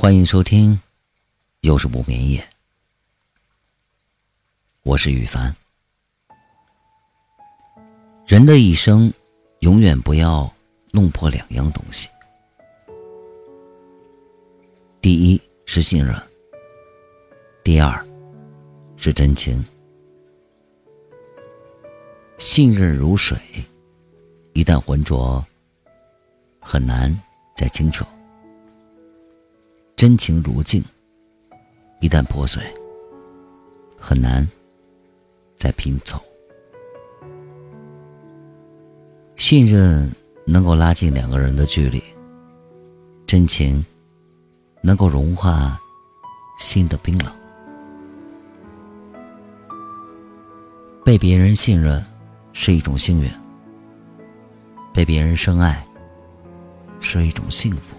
欢迎收听又是不眠夜，我是雨凡。人的一生永远不要弄破两样东西，第一是信任，第二是真情。信任如水，一旦浑浊，很难再清澈；真情如镜，一旦破碎，很难再拼凑。信任能够拉近两个人的距离，真情能够融化心的冰冷。被别人信任是一种幸运，被别人深爱是一种幸福。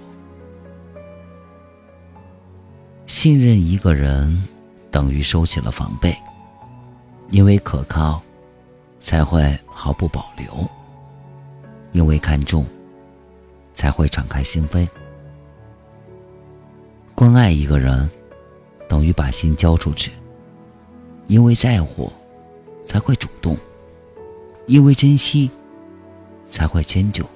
信任一个人等于收起了防备，因为可靠才会毫不保留，因为看重才会敞开心扉。关爱一个人等于把心交出去，因为在乎才会主动，因为珍惜才会迁就。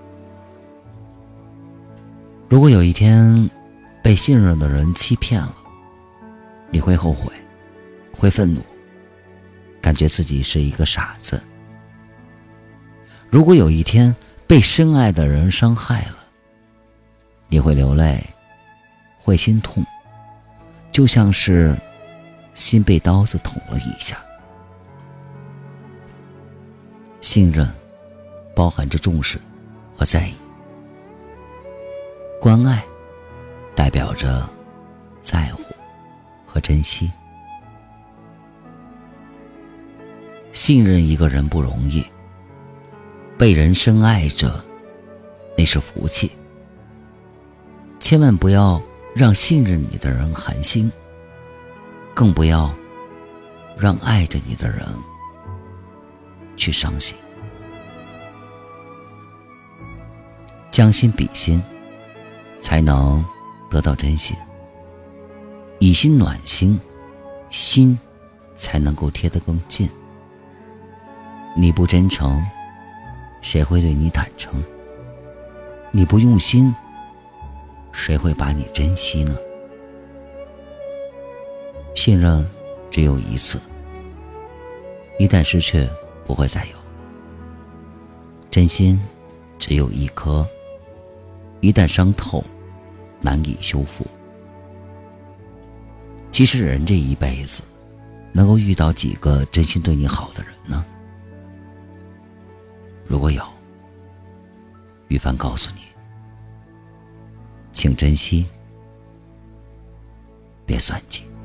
如果有一天被信任的人欺骗了，你会后悔，会愤怒，感觉自己是一个傻子。如果有一天被深爱的人伤害了，你会流泪，会心痛，就像是心被刀子捅了一下。信任包含着重视和在意，关爱代表着在乎和珍惜。信任一个人不容易，被人深爱着，那是福气。千万不要让信任你的人寒心，更不要让爱着你的人去伤心。将心比心，才能得到真心；以心暖心，心才能够贴得更近。你不真诚，谁会对你坦诚？你不用心，谁会把你珍惜呢？信任只有一次，一旦失去不会再有；真心只有一颗，一旦伤透难以修复。其实人这一辈子能够遇到几个真心对你好的人呢？如果有，雨凡告诉你，请珍惜，别算计。